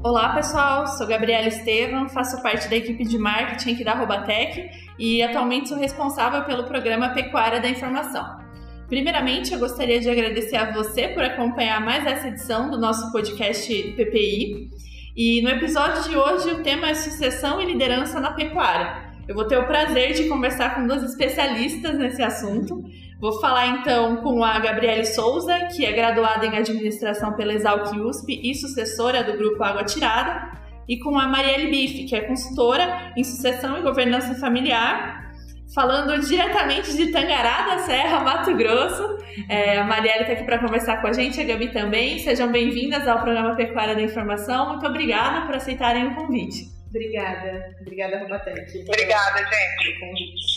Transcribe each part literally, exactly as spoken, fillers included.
Olá pessoal, sou Gabriela Estevam, faço parte da equipe de marketing aqui da Robatec e atualmente sou responsável pelo programa Pecuária da Informação. Primeiramente, eu gostaria de agradecer a você por acompanhar mais essa edição do nosso podcast P P I. E no episódio de hoje o tema é sucessão e liderança na pecuária. Eu vou ter o prazer de conversar com duas especialistas nesse assunto. Vou falar então com a Gabriele Souza, que é graduada em administração pela Exalc U S P e sucessora do Grupo Água Tirada, e com a Marielle Bife, que é consultora em sucessão e governança familiar, falando diretamente de Tangará da Serra, Mato Grosso. É, a Marielle está aqui para conversar com a gente, a Gabi também. Sejam bem-vindas ao programa Pecuária da Informação. Muito obrigada por aceitarem o convite. Obrigada. Obrigada, Robatec. Obrigada, gente.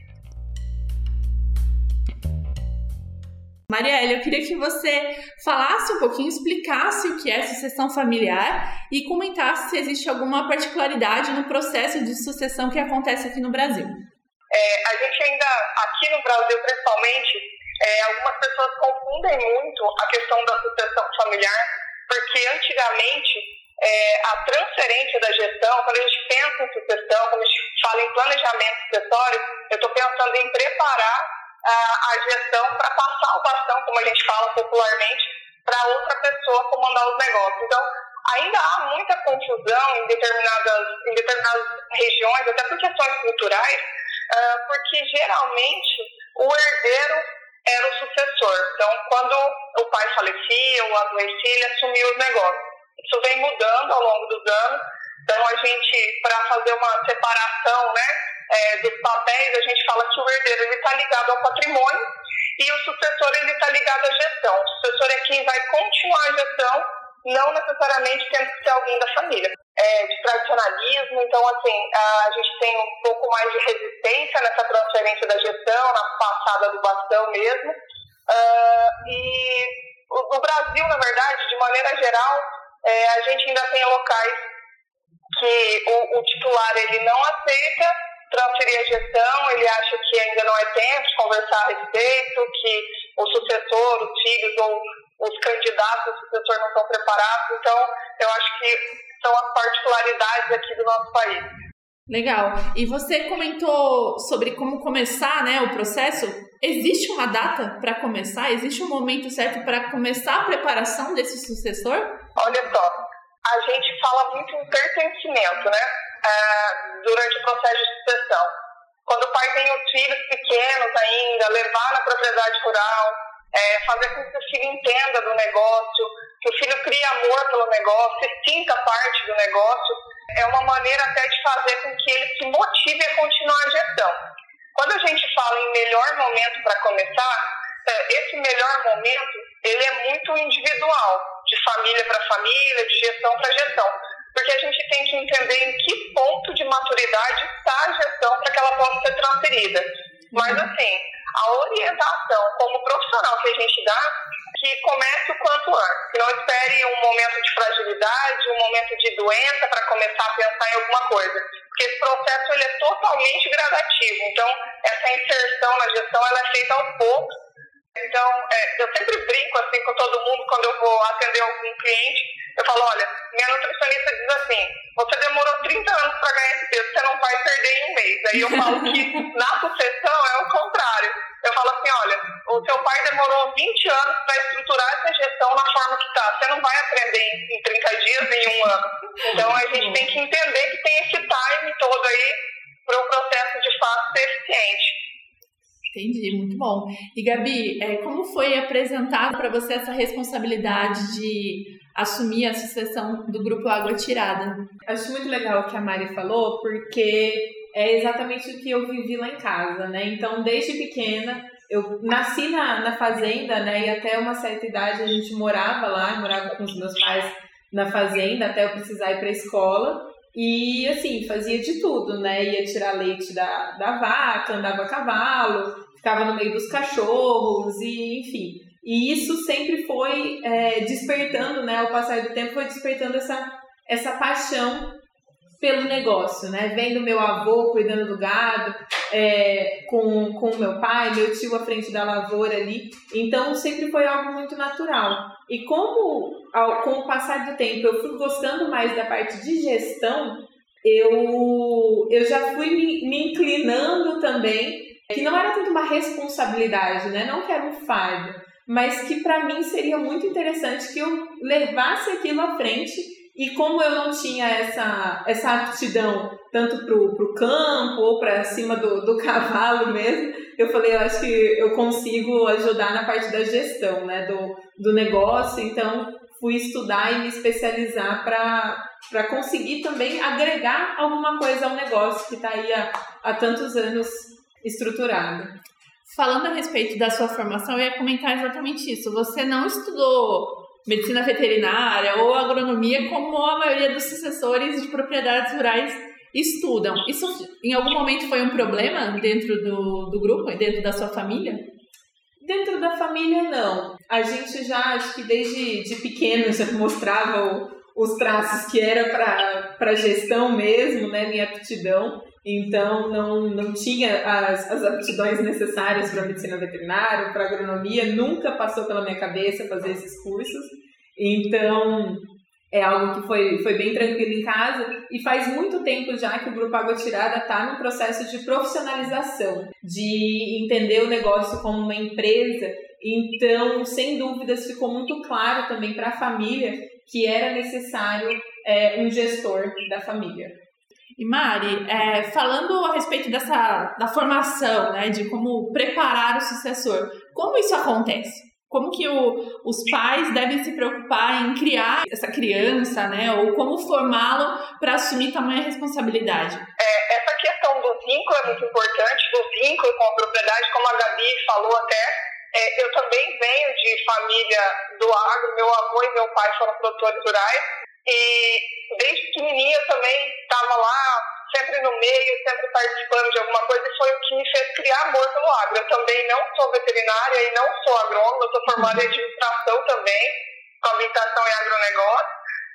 Marielle, eu queria que você falasse um pouquinho, explicasse o que é sucessão familiar e comentasse se existe alguma particularidade no processo de sucessão que acontece aqui no Brasil. É, a gente ainda, aqui no Brasil principalmente, é, algumas pessoas confundem muito a questão da sucessão familiar, porque antigamente é, a transferência da gestão, quando a gente pensa em sucessão, quando a gente fala em planejamento sucessório, eu estou pensando em preparar a gestão para passar o bastão, como a gente fala popularmente, para outra pessoa comandar os negócios. Então, ainda há muita confusão em determinadas, em determinadas regiões, até por questões culturais, uh, porque geralmente o herdeiro era o sucessor. Então, quando o pai falecia ou adoecia, ele assumia os negócios. Isso vem mudando ao longo dos anos. Então, a gente, para fazer uma separação, né, É, dos papéis, a gente fala que o herdeiro está ligado ao patrimônio e o sucessor está ligado à gestão. O sucessor é quem vai continuar a gestão, não necessariamente tendo que ser alguém da família. É, de tradicionalismo, então assim, a gente tem um pouco mais de resistência nessa transferência da gestão, na passada do bastão mesmo. Uh, e o, o Brasil, na verdade, de maneira geral, é, a gente ainda tem locais que o, o titular ele não aceita transferir a gestão, ele acha que ainda não é tempo de conversar a respeito, que o sucessor, os filhos ou os candidatos ao sucessor não estão preparados. Então, eu acho que são as particularidades aqui do nosso país. Legal. E você comentou sobre como começar, né, o processo. Existe uma data para começar? Existe um momento certo para começar a preparação desse sucessor? Olha só, a gente fala muito em pertencimento, né? Uh, durante o processo de sucessão. Quando o pai tem os filhos pequenos ainda, levar na propriedade rural, é, fazer com que o filho entenda do negócio, que o filho crie amor pelo negócio, se sinta parte do negócio, é uma maneira até de fazer com que ele se motive a continuar a gestão. Quando a gente fala em melhor momento para começar, é, esse melhor momento, ele é muito individual, de família para família, de gestão para gestão. Porque a gente tem que entender em que ponto de maturidade está a gestão para que ela possa ser transferida. Mas, assim, a orientação como profissional que a gente dá, que comece o quanto antes. Que não espere um momento de fragilidade, um momento de doença para começar a pensar em alguma coisa. Porque esse processo ele é totalmente gradativo. Então, essa inserção na gestão ela é feita aos poucos. Então, é, eu sempre brinco assim com todo mundo quando eu vou atender algum cliente. Eu falo, olha, minha nutricionista diz assim, você demorou trinta anos para ganhar esse peso, você não vai perder em um mês. Aí eu falo que na sucessão é o contrário. Eu falo assim, olha, o seu pai demorou vinte anos para estruturar essa gestão na forma que está. Você não vai aprender em trinta dias, em um ano. Então, a gente tem que entender que tem esse time todo aí para o processo de fato ser eficiente. Entendi, muito bom. E Gabi, é, como foi apresentado para você essa responsabilidade de assumir a sucessão do Grupo Água Tirada? Acho muito legal o que a Mari falou, porque é exatamente o que eu vivi lá em casa, né? Então, desde pequena, eu nasci na, na fazenda, né? E até uma certa idade a gente morava lá, morava com os meus pais na fazenda, até eu precisar ir para a escola. E, assim, fazia de tudo, né? Ia tirar leite da, da vaca, andava a cavalo, ficava no meio dos cachorros, e enfim. E isso sempre foi é, despertando, né? Ao passar do tempo, foi despertando essa, essa paixão pelo negócio, né? Vendo meu avô cuidando do gado. é, com, com o meu pai, meu tio à frente da lavoura ali, então sempre foi algo muito natural. E como ao, com o passar do tempo eu fui gostando mais da parte de gestão, eu, eu já fui me, me inclinando também, que não era tanto uma responsabilidade, né? Não que era um fardo, mas que para mim seria muito interessante que eu levasse aquilo à frente. E como eu não tinha essa, essa aptidão tanto pro, pro campo ou para cima do, do cavalo mesmo, eu falei, eu acho que eu consigo ajudar na parte da gestão, né, do, do negócio. Então fui estudar e me especializar para conseguir também agregar alguma coisa ao negócio que está aí há, há tantos anos estruturado. Falando a respeito da sua formação, eu ia comentar exatamente isso. Você não estudou medicina veterinária ou agronomia como a maioria dos sucessores de propriedades rurais estudam. Isso em algum momento foi um problema dentro do, do grupo, dentro da sua família? Dentro da família, não. A gente já, acho que desde de pequeno, já mostrava o, os traços que era para gestão mesmo, né, minha aptidão. Então, não, não tinha as, as aptidões necessárias para medicina veterinária, para agronomia, nunca passou pela minha cabeça fazer esses cursos. Então, é algo que foi, foi bem tranquilo em casa. E faz muito tempo já que o Grupo Água Tirada está no processo de profissionalização, de entender o negócio como uma empresa. Então, sem dúvidas, ficou muito claro também para a família que era necessário é, um gestor da família. E Mari, é, falando a respeito dessa, da formação, né, de como preparar o sucessor, como isso acontece? Como que o, os pais devem se preocupar em criar essa criança, né, ou como formá-lo para assumir tamanha responsabilidade? É, essa questão do vínculo é muito importante, do vínculo com a propriedade, como a Gabi falou até. É, eu também venho de família do agro, meu avô e meu pai foram produtores rurais. E desde pequenininha eu também estava lá, sempre no meio, sempre participando de alguma coisa, e foi o que me fez criar amor pelo agro. Eu também não sou veterinária e não sou agrônoma, eu sou formada em administração também, com habilitação em agronegócio.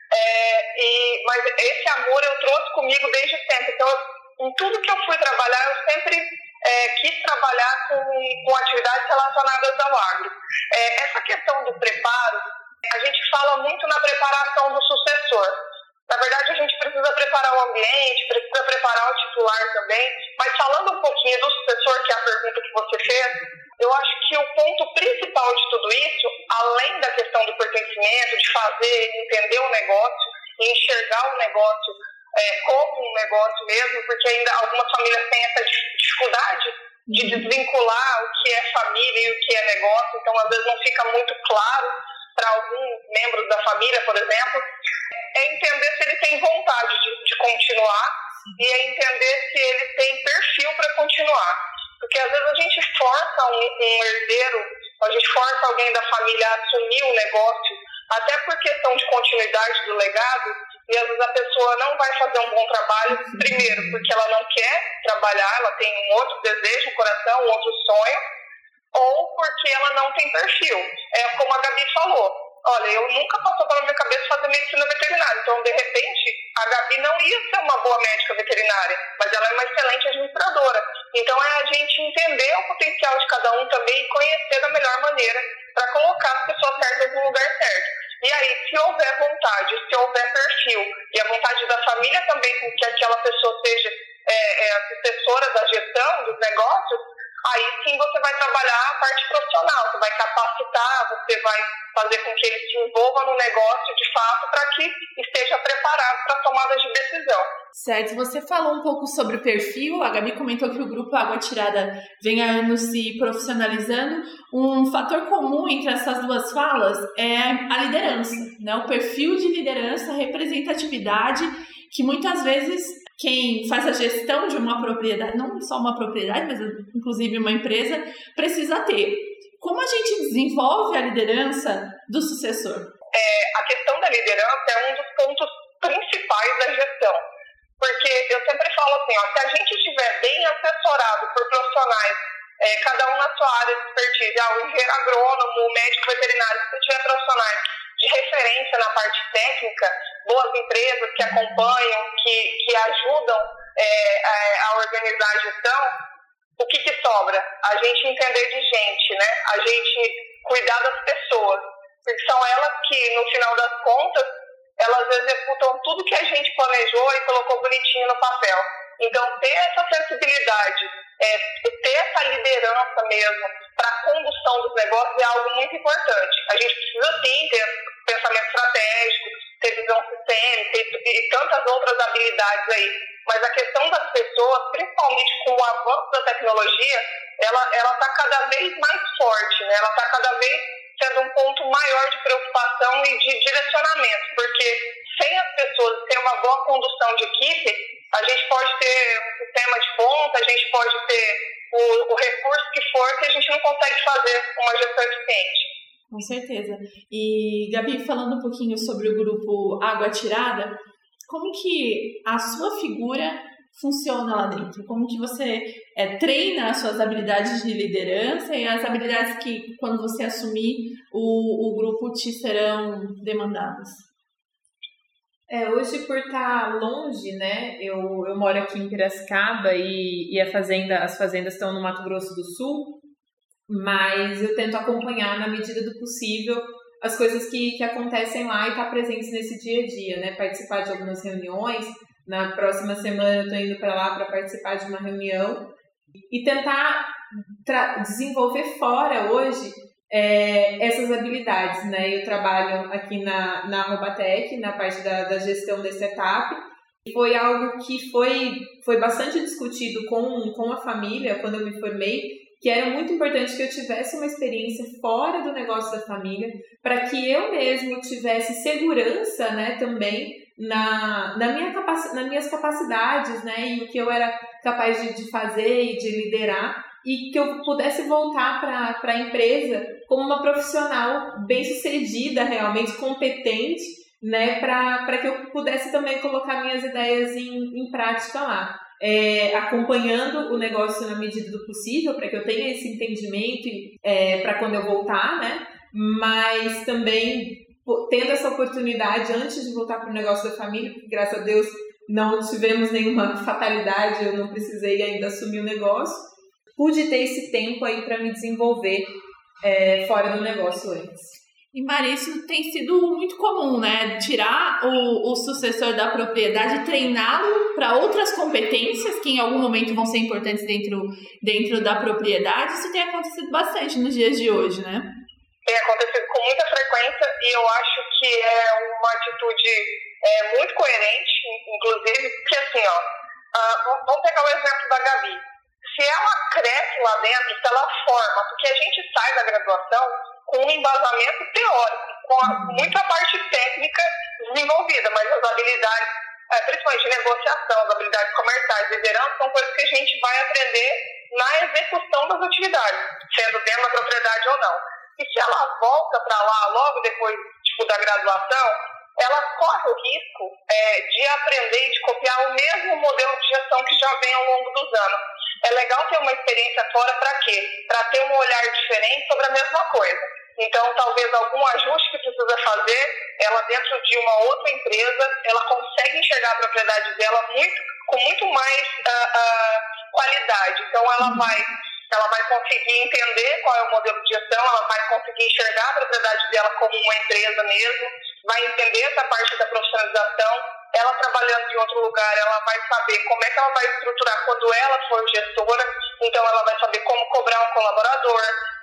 É, e, mas esse amor eu trouxe comigo desde sempre. Então, eu, em tudo que eu fui trabalhar, eu sempre é, quis trabalhar com, com atividades relacionadas ao agro. É, essa questão do preparo, a gente fala muito na preparação do sucessor. Na verdade, a gente precisa preparar o ambiente, precisa preparar o titular também. Mas falando um pouquinho do sucessor, que é a pergunta que você fez, eu acho que o ponto principal de tudo isso, além da questão do pertencimento, de fazer, entender o negócio e enxergar o negócio é, como um negócio mesmo, porque ainda algumas famílias têm essa dificuldade de desvincular o que é família e o que é negócio. Então, às vezes, não fica muito claro para algum membro da família, por exemplo, é entender se ele tem vontade de, de continuar e é entender se ele tem perfil para continuar. Porque às vezes a gente força um, um herdeiro, a gente força alguém da família a assumir um negócio, até por questão de continuidade do legado, e às vezes a pessoa não vai fazer um bom trabalho, primeiro, porque ela não quer trabalhar, ela tem um outro desejo no coração, um outro sonho, ou porque ela não tem perfil. É como a Gabi falou, olha, eu nunca passou pela minha cabeça fazer medicina veterinária, então de repente a Gabi não ia ser uma boa médica veterinária, mas ela é uma excelente administradora. Então é a gente entender o potencial de cada um também e conhecer da melhor maneira para colocar as pessoas certas no lugar certo. E aí, se houver vontade, se houver perfil e a vontade da família também com que aquela pessoa seja é, é, a sucessora da gestão dos negócios, aí sim você vai trabalhar a parte profissional, você vai capacitar, você vai fazer com que ele se envolva no negócio de fato para que esteja preparado para tomadas de decisão. Certo, você falou um pouco sobre o perfil, a Gabi comentou que o Grupo Água Tirada vem há anos se profissionalizando. Um fator comum entre essas duas falas é a liderança, né? O perfil de liderança, a representatividade, que muitas vezes quem faz a gestão de uma propriedade, não só uma propriedade, mas inclusive uma empresa, precisa ter. Como a gente desenvolve a liderança do sucessor? É, a questão da liderança é um dos pontos principais da gestão. Porque eu sempre falo assim, ó, se a gente estiver bem assessorado por profissionais, é, cada um na sua área de expertise, ah, o engenheiro agrônomo, o médico veterinário, se tiver profissionais de referência na parte técnica, boas empresas que acompanham, que, que ajudam é, a, a organizar a gestão, o que que sobra? A gente entender de gente, né? A gente cuidar das pessoas, porque são elas que, no final das contas, elas executam tudo que a gente planejou e colocou bonitinho no papel. Então, ter essa sensibilidade, é, ter essa liderança mesmo para a condução dos negócios é algo muito importante. A gente precisa, sim, ter pensamento estratégico, ter visão sistêmica e, e tantas outras habilidades aí. Mas a questão das pessoas, principalmente com o avanço da tecnologia, ela ela está cada vez mais forte, né? Ela está cada vez sendo um ponto maior de preocupação e de direcionamento, porque sem as pessoas ter uma boa condução de equipe, a gente pode ter um sistema de ponta, a gente pode ter o, o recurso que for, que a gente não consegue fazer uma gestão eficiente. Com certeza. E, Gabi, falando um pouquinho sobre o grupo Água Tirada, como que a sua figura funciona lá dentro? Como que você é, treina as suas habilidades de liderança e as habilidades que, quando você assumir, o, o grupo te serão demandadas? É, hoje, por estar longe, né, eu, eu moro aqui em Piracicaba e, e a fazenda, as fazendas estão no Mato Grosso do Sul, mas eu tento acompanhar, na medida do possível, as coisas que, que acontecem lá e estar presentes nesse dia a dia, né, participar de algumas reuniões. Na próxima semana eu estou indo para lá para participar de uma reunião e tentar tra- desenvolver fora hoje é, essas habilidades, né? Eu trabalho aqui na, na Robatec, na parte da, da gestão da startup. Foi algo que foi, foi bastante discutido com, com a família quando eu me formei, que era muito importante que eu tivesse uma experiência fora do negócio da família, para que eu mesmo tivesse segurança, né, também na, na minha capac, nas minhas capacidades, né, e o que eu era capaz de, de fazer e de liderar, e que eu pudesse voltar para a empresa como uma profissional bem-sucedida, realmente competente, né, para que eu pudesse também colocar minhas ideias em, em prática lá. É, acompanhando o negócio na medida do possível, para que eu tenha esse entendimento é, para quando eu voltar, né? Mas também tendo essa oportunidade antes de voltar para o negócio da família, porque graças a Deus não tivemos nenhuma fatalidade, eu não precisei ainda assumir o negócio, pude ter esse tempo aí para me desenvolver é, fora do negócio antes. E, Mari, isso tem sido muito comum, né? Tirar o, o sucessor da propriedade e treiná-lo para outras competências que em algum momento vão ser importantes dentro, dentro da propriedade. Isso tem acontecido bastante nos dias de hoje, né? Tem acontecido com muita frequência e eu acho que é uma atitude é, muito coerente, inclusive, porque assim, ó, uh, vamos pegar o exemplo da Gabi. Se ela cresce lá dentro, se ela forma, porque a gente sai da graduação com um embasamento teórico, com a, muita parte técnica desenvolvida, mas as habilidades, principalmente de negociação, as habilidades comerciais, liderança, são coisas que a gente vai aprender na execução das atividades, sendo dentro da propriedade ou não. E se ela volta para lá logo depois tipo, da graduação, ela corre o risco é, de aprender e de copiar o mesmo modelo de gestão que já vem ao longo dos anos. É legal ter uma experiência fora para quê? Para ter um olhar diferente sobre a mesma coisa. Então, talvez algum ajuste que precisa fazer, ela dentro de uma outra empresa, ela consegue enxergar a propriedade dela muito, com muito mais uh, uh, qualidade. Então, ela vai, ela vai conseguir entender qual é o modelo de gestão, ela vai conseguir enxergar a propriedade dela como uma empresa mesmo, vai entender essa parte da profissionalização. Ela trabalhando em outro lugar, ela vai saber como é que ela vai estruturar quando ela for gestora, então ela vai saber como cobrar um colaborador,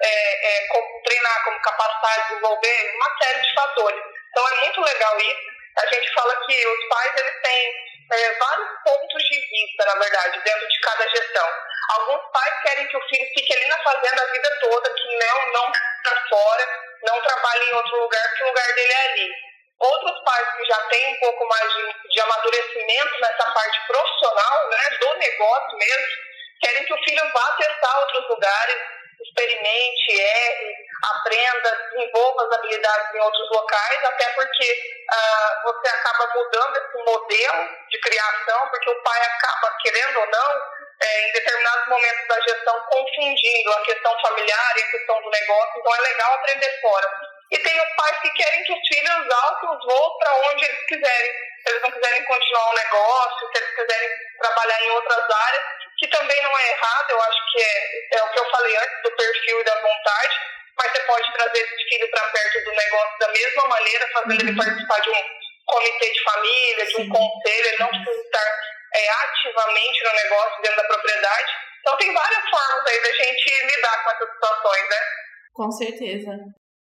é, é, como treinar, como capacitar, desenvolver, uma série de fatores. Então é muito legal isso. A gente fala que os pais eles têm é, vários pontos de vista, na verdade, dentro de cada gestão. Alguns pais querem que o filho fique ali na fazenda a vida toda, que não, não para fora, não trabalhe em outro lugar, que o lugar dele é ali. Outros pais que já têm um pouco mais de, de amadurecimento nessa parte profissional, né, do negócio mesmo, querem que o filho vá testar outros lugares, experimente, erre, aprenda, desenvolva as habilidades em outros locais, até porque uh, você acaba mudando esse modelo de criação, porque o pai acaba, querendo ou não, é, em determinados momentos da gestão, confundindo a questão familiar e a questão do negócio, então é legal aprender fora. E tem os pais que querem que os filhos alcem os voos para onde eles quiserem. Se eles não quiserem continuar o negócio, se eles quiserem trabalhar em outras áreas, que também não é errado, eu acho que é, é o que eu falei antes, do perfil e da vontade, mas você pode trazer esse filho para perto do negócio da mesma maneira, fazendo ele participar de um comitê de família, de um conselho, ele não precisa estar é, ativamente no negócio, dentro da propriedade. Então tem várias formas aí da gente lidar com essas situações, né? Com certeza.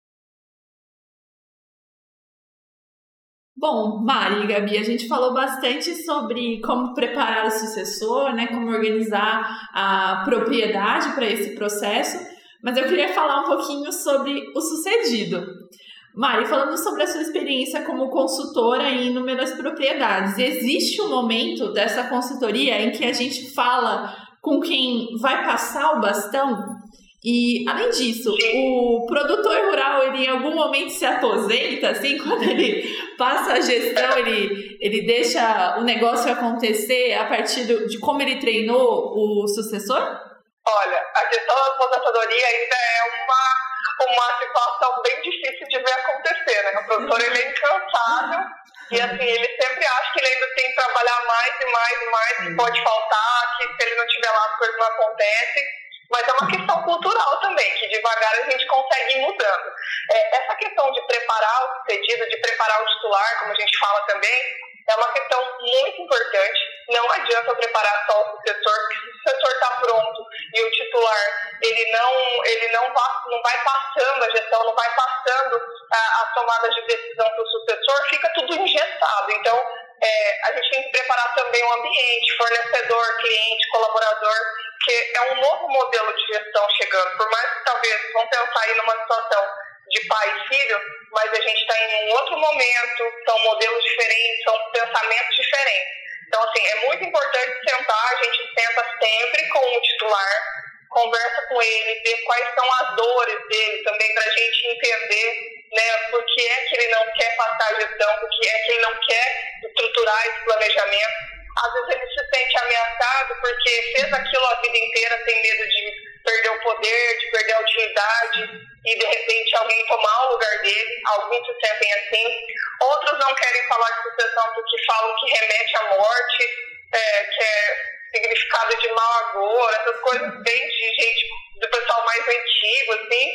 Bom, Mari e Gabi, a gente falou bastante sobre como preparar o sucessor, né, como organizar a propriedade para esse processo, mas eu queria falar um pouquinho sobre o sucedido. Mari, falando sobre a sua experiência como consultora em inúmeras propriedades, existe um momento dessa consultoria em que a gente fala com quem vai passar o bastão? E, além disso, o produtor rural, ele em algum momento se aposenta, assim, quando ele passa a gestão, ele, ele deixa o negócio acontecer a partir de como ele treinou o sucessor? Olha, a gestão da aposentadoria ainda é uma, uma situação bem difícil de ver acontecer, né? O produtor, ele é incansável e, assim, ele sempre acha que ele ainda tem que trabalhar mais e mais e mais, que pode faltar, que se ele não estiver lá as coisas não acontecem. Mas é uma questão cultural também, que devagar a gente consegue ir mudando. É, essa questão de preparar o sucedido, de preparar o titular, como a gente fala também, é uma questão muito importante. Não adianta eu preparar só o sucessor, porque se o sucessor está pronto e o titular ele não, ele não, vai, não vai passando a gestão, não vai passando a, as tomadas de decisão para o sucessor, fica tudo engessado. Então, é, a gente tem que preparar também o ambiente, fornecedor, cliente, colaborador, que é um novo modelo de gestão chegando. Por mais que talvez, vamos pensar aí numa situação de pai e filho, mas a gente está em um outro momento, são modelos diferentes, são pensamentos diferentes. Então, assim, é muito importante sentar, a gente senta sempre com o titular, conversa com ele, ver quais são as dores dele também, para a gente entender, né, por que é que ele não quer passar a gestão, por que é que ele não quer estruturar esse planejamento. Às vezes ele se sente ameaçado porque fez aquilo a vida inteira, tem medo de perder o poder, de perder a utilidade e de repente alguém tomar o lugar dele. Alguns se sentem assim. Outros não querem falar de sucessão porque falam que remete à morte, é, que é significado de mau agouro, essas coisas bem de gente, do pessoal mais antigo, assim.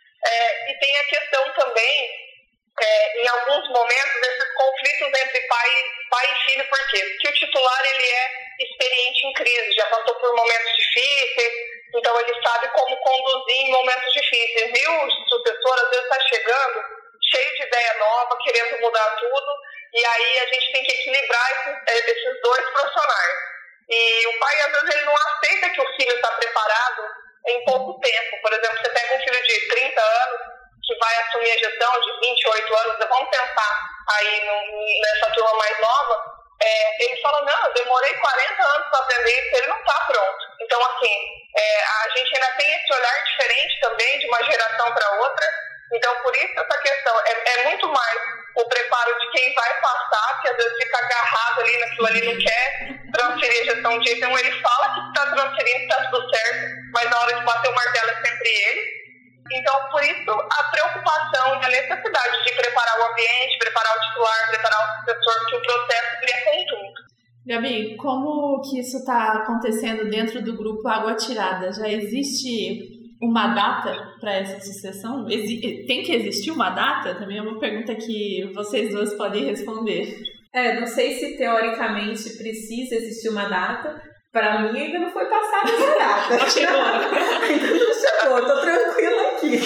É, e tem a questão também, É, em alguns momentos, desses conflitos entre pai, pai e filho. Por quê? Porque o titular ele é experiente em crise, já passou por momentos difíceis, então ele sabe como conduzir em momentos difíceis. E o sucessor, às vezes, está chegando cheio de ideia nova, querendo mudar tudo, e aí a gente tem que equilibrar esses, esses dois profissionais. E o pai, às vezes, ele não aceita que o filho está preparado em pouco tempo. Por exemplo, você pega um filho de trinta anos, que vai assumir a gestão de vinte e oito anos, vamos pensar aí no, nessa turma mais nova, é, ele fala, não, eu demorei quarenta anos para aprender isso, ele não está pronto. Então, assim, é, a gente ainda tem esse olhar diferente também, de uma geração para outra. Então, por isso, essa questão é, é muito mais o preparo de quem vai passar, que às vezes fica agarrado ali naquilo ali, não quer transferir a gestão de jeito nenhum. Ele fala que está transferindo, está tudo certo, mas na hora de bater o martelo é sempre ele. Então, por isso, a preocupação e a necessidade de preparar o ambiente, preparar o titular, preparar o sucessor, que o processo ele é conjunto. Gabi, como que isso está acontecendo dentro do grupo Água Tirada? Já existe uma data para essa sucessão? Exi- tem que existir uma data? Também é uma pergunta que vocês duas podem responder. É, não sei se teoricamente precisa existir uma data. Para mim ainda não foi passada essa data. Não chegou. Ainda não chegou, tô tranquila aqui.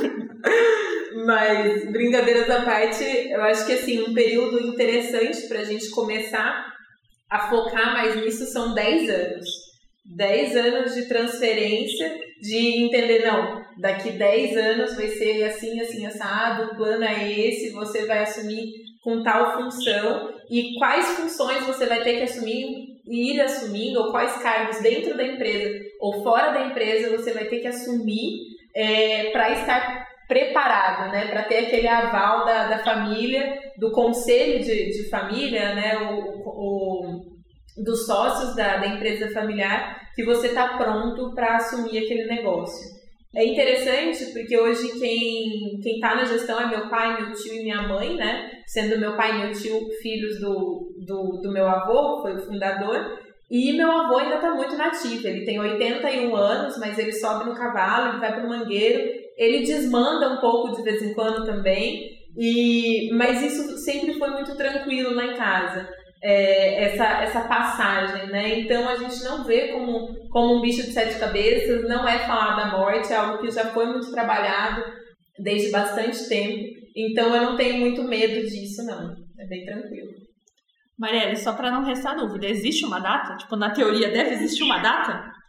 Mas, brincadeiras à parte, eu acho que assim, um período interessante pra gente começar a focar mais nisso são dez anos. dez anos de transferência, de entender, não, daqui dez anos vai ser assim, assim, assado, o plano é esse, você vai assumir com tal função e quais funções você vai ter que assumir e ir assumindo, ou quais cargos dentro da empresa ou fora da empresa você vai ter que assumir é, para estar preparado, né, para ter aquele aval da, da família, do conselho de, de família, né, o, o, dos sócios da, da empresa familiar, que você está pronto para assumir aquele negócio. É interessante porque hoje quem quem está na gestão é meu pai, meu tio e minha mãe, né? Sendo meu pai e meu tio filhos do, do, do meu avô, foi o fundador. E meu avô ainda está muito nativo, ele tem oitenta e um anos, mas ele sobe no cavalo, ele vai para o mangueiro, ele desmanda um pouco de vez em quando também, e, mas isso sempre foi muito tranquilo lá em casa, é, essa, essa passagem, né? Então a gente não vê como, como um bicho de sete cabeças, não é falar da morte, é algo que já foi muito trabalhado desde bastante tempo, então eu não tenho muito medo disso, não, é bem tranquilo. Marielle, só para não restar dúvida, existe uma data? Tipo, na teoria deve existir uma data?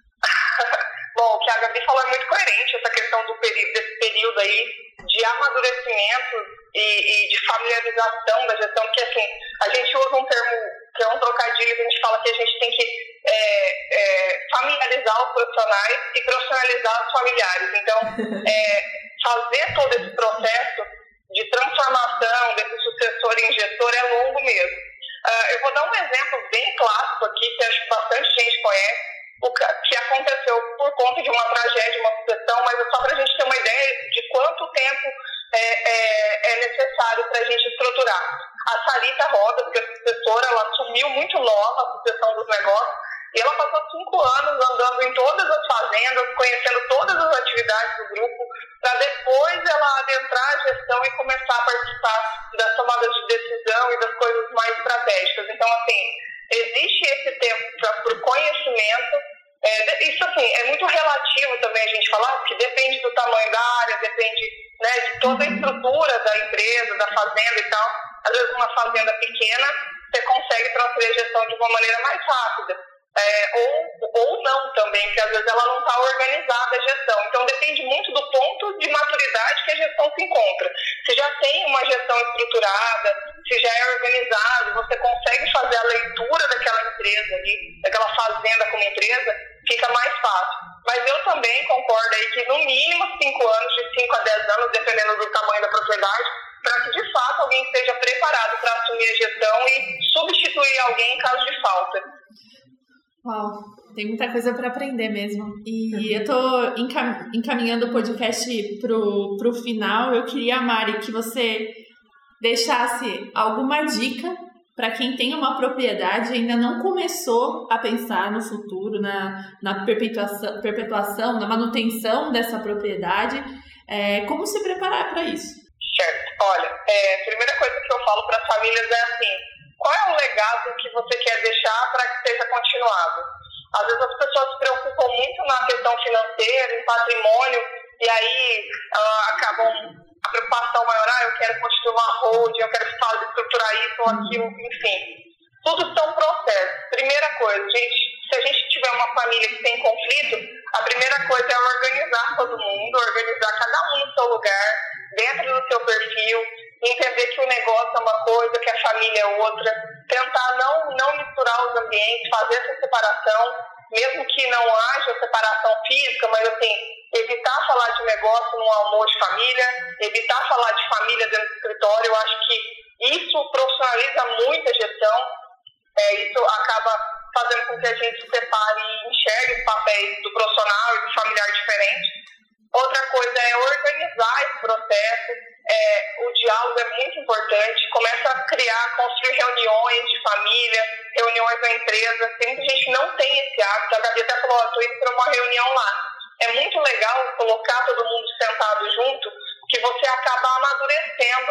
Bom, o que a Gabi falou é muito coerente, essa questão do período, desse período aí de amadurecimento e, e de familiarização da gestão, porque assim, a gente usa um termo que é um trocadilho, que a gente fala que a gente tem que é, é, familiarizar os profissionais e profissionalizar os familiares. Então, é, fazer todo esse processo de transformação desse sucessor em gestor é longo mesmo. Uh, eu vou dar um exemplo bem clássico aqui, que acho que bastante gente conhece, o que aconteceu por conta de uma tragédia, uma sucessão, mas é só para a gente ter uma ideia de quanto tempo é, é, é necessário para a gente estruturar. A Sarita Rodas, que é a sucessora, ela assumiu muito nova a sucessão dos negócios, e ela passou cinco anos andando em todas as fazendas, conhecendo todas as atividades do grupo, para depois ela adentrar a gestão e começar a participar das tomadas de decisão e das coisas mais estratégicas. Então, assim, existe esse tempo para o conhecimento. É, isso, assim, é muito relativo também a gente falar, porque depende do tamanho da área, depende, né, de toda a estrutura da empresa, da fazenda e tal. Às vezes, uma fazenda pequena, você consegue transferir a gestão de uma maneira mais rápida. É, ou, ou não também, porque às vezes ela não está organizada a gestão. Então depende muito do ponto de maturidade que a gestão se encontra. Se já tem uma gestão estruturada, se já é organizado, você consegue fazer a leitura daquela empresa ali, daquela fazenda como empresa, fica mais fácil. Mas eu também concordo aí que no mínimo cinco anos, de cinco a dez anos, dependendo do tamanho da propriedade, para que de fato alguém esteja preparado para assumir a gestão e substituir alguém em caso de falta. Uau, tem muita coisa para aprender mesmo. E eu tô encam- encaminhando o podcast pro, pro final. Eu queria, Mari, que você deixasse alguma dica para quem tem uma propriedade e ainda não começou a pensar no futuro, na, na perpetuação, perpetuação, na manutenção dessa propriedade. É, como se preparar para isso? Certo. Olha, é, a primeira coisa que eu falo para as famílias é assim: qual é o legado que você quer deixar para que seja continuado? Às vezes as pessoas se preocupam muito na questão financeira, em patrimônio, e aí uh, acabam a preocupação maior, ah, eu quero construir uma holding, eu quero fazer, estruturar isso ou aquilo, enfim. Tudo são processos. Primeira coisa, gente, se a gente tiver uma família que tem conflito, a primeira coisa é organizar todo mundo, organizar cada um no seu lugar, dentro do seu perfil, entender que o negócio é uma coisa, que a família é outra, tentar não, não misturar os ambientes, fazer essa separação, mesmo que não haja separação física, mas assim, evitar falar de negócio num almoço de família, evitar falar de família dentro do escritório. Eu acho que isso profissionaliza muito a gestão, é, isso acaba fazendo com que a gente se separe e enxergue os papéis do profissional e do familiar diferente. Outra coisa é organizar esse processo, é, o diálogo é muito importante, começa a criar, construir reuniões de família, reuniões na empresa. Tem muita gente que não tem esse hábito, a Gabi até falou, estou indo para uma reunião lá. É muito legal colocar todo mundo sentado junto, que você acaba amadurecendo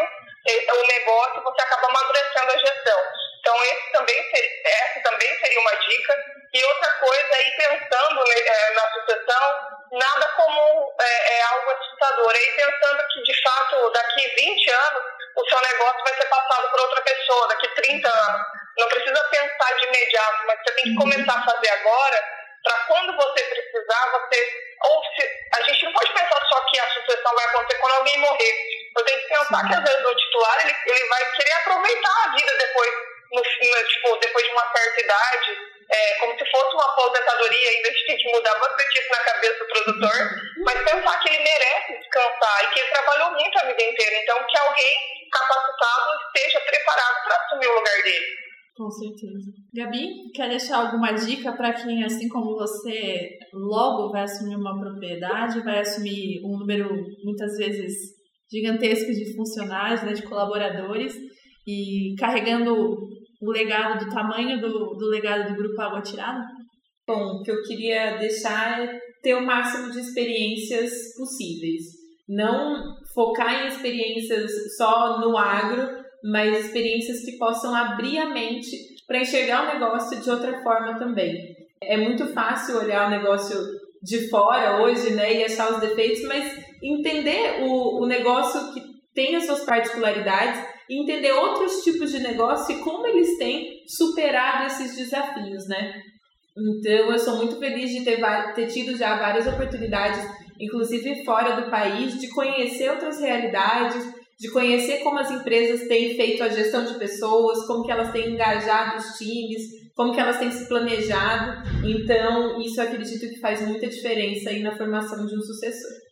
o negócio, você acaba amadurecendo a gestão. Então, esse também seria, essa também seria uma dica. E outra coisa é ir pensando é, na sucessão, nada como é, é algo assustador. É ir pensando que, de fato, daqui vinte anos, o seu negócio vai ser passado por outra pessoa, daqui trinta anos. Não precisa pensar de imediato, mas você tem que começar a fazer agora, para quando você precisar, você... Ou se, a gente não pode pensar só que a sucessão vai acontecer quando alguém morrer. Eu tenho que pensar que, às vezes, o titular ele, ele vai querer aproveitar a vida depois, no, no, tipo, depois de uma certa idade, é, como se fosse uma aposentadoria. Ainda a gente tem que mudar bastante isso na cabeça do produtor, mas pensar que ele merece descansar e que ele trabalhou muito a vida inteira. Então, que alguém capacitado esteja preparado para assumir o lugar dele. Com certeza. Gabi, quer deixar alguma dica para quem, assim como você, logo vai assumir uma propriedade, vai assumir um número, muitas vezes, gigantesco de funcionários, né, de colaboradores, e carregando o legado do tamanho do, do legado do Grupo Água Tirada? Bom, o que eu queria deixar é ter o máximo de experiências possíveis. Não focar em experiências só no agro, mas experiências que possam abrir a mente para enxergar o negócio de outra forma também. É muito fácil olhar o negócio de fora hoje, né, e achar os defeitos, mas entender o, o negócio que tem as suas particularidades e entender outros tipos de negócio e como eles têm superado esses desafios, né? Então, eu sou muito feliz de ter, ter tido já várias oportunidades, inclusive fora do país, de conhecer outras realidades, de conhecer como as empresas têm feito a gestão de pessoas, como que elas têm engajado os times, como que elas têm se planejado. Então, isso eu acredito que faz muita diferença aí na formação de um sucessor.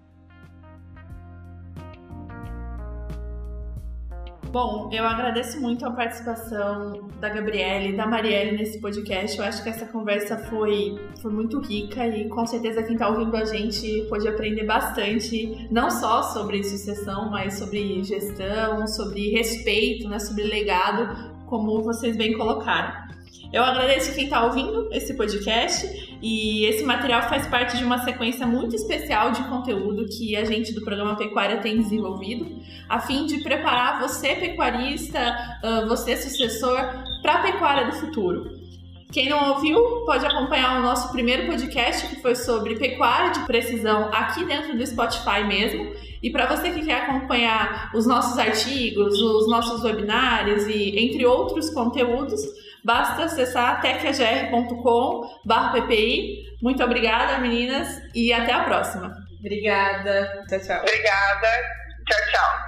Bom, eu agradeço muito a participação da Gabriele e da Marielle nesse podcast. Eu acho que essa conversa foi, foi muito rica e com certeza quem está ouvindo a gente pôde aprender bastante, não só sobre sucessão, mas sobre gestão, sobre respeito, né, sobre legado, como vocês bem colocaram. Eu agradeço quem está ouvindo esse podcast e esse material faz parte de uma sequência muito especial de conteúdo que a gente do Programa Pecuária tem desenvolvido a fim de preparar você pecuarista, você sucessor para a pecuária do futuro. Quem não ouviu pode acompanhar o nosso primeiro podcast que foi sobre pecuária de precisão aqui dentro do Spotify mesmo. E para você que quer acompanhar os nossos artigos, os nossos webinários e entre outros conteúdos, basta acessar tecagr ponto com barra P P I. Muito obrigada, meninas, e até a próxima. Obrigada. Tchau, tchau. Obrigada. Tchau, tchau.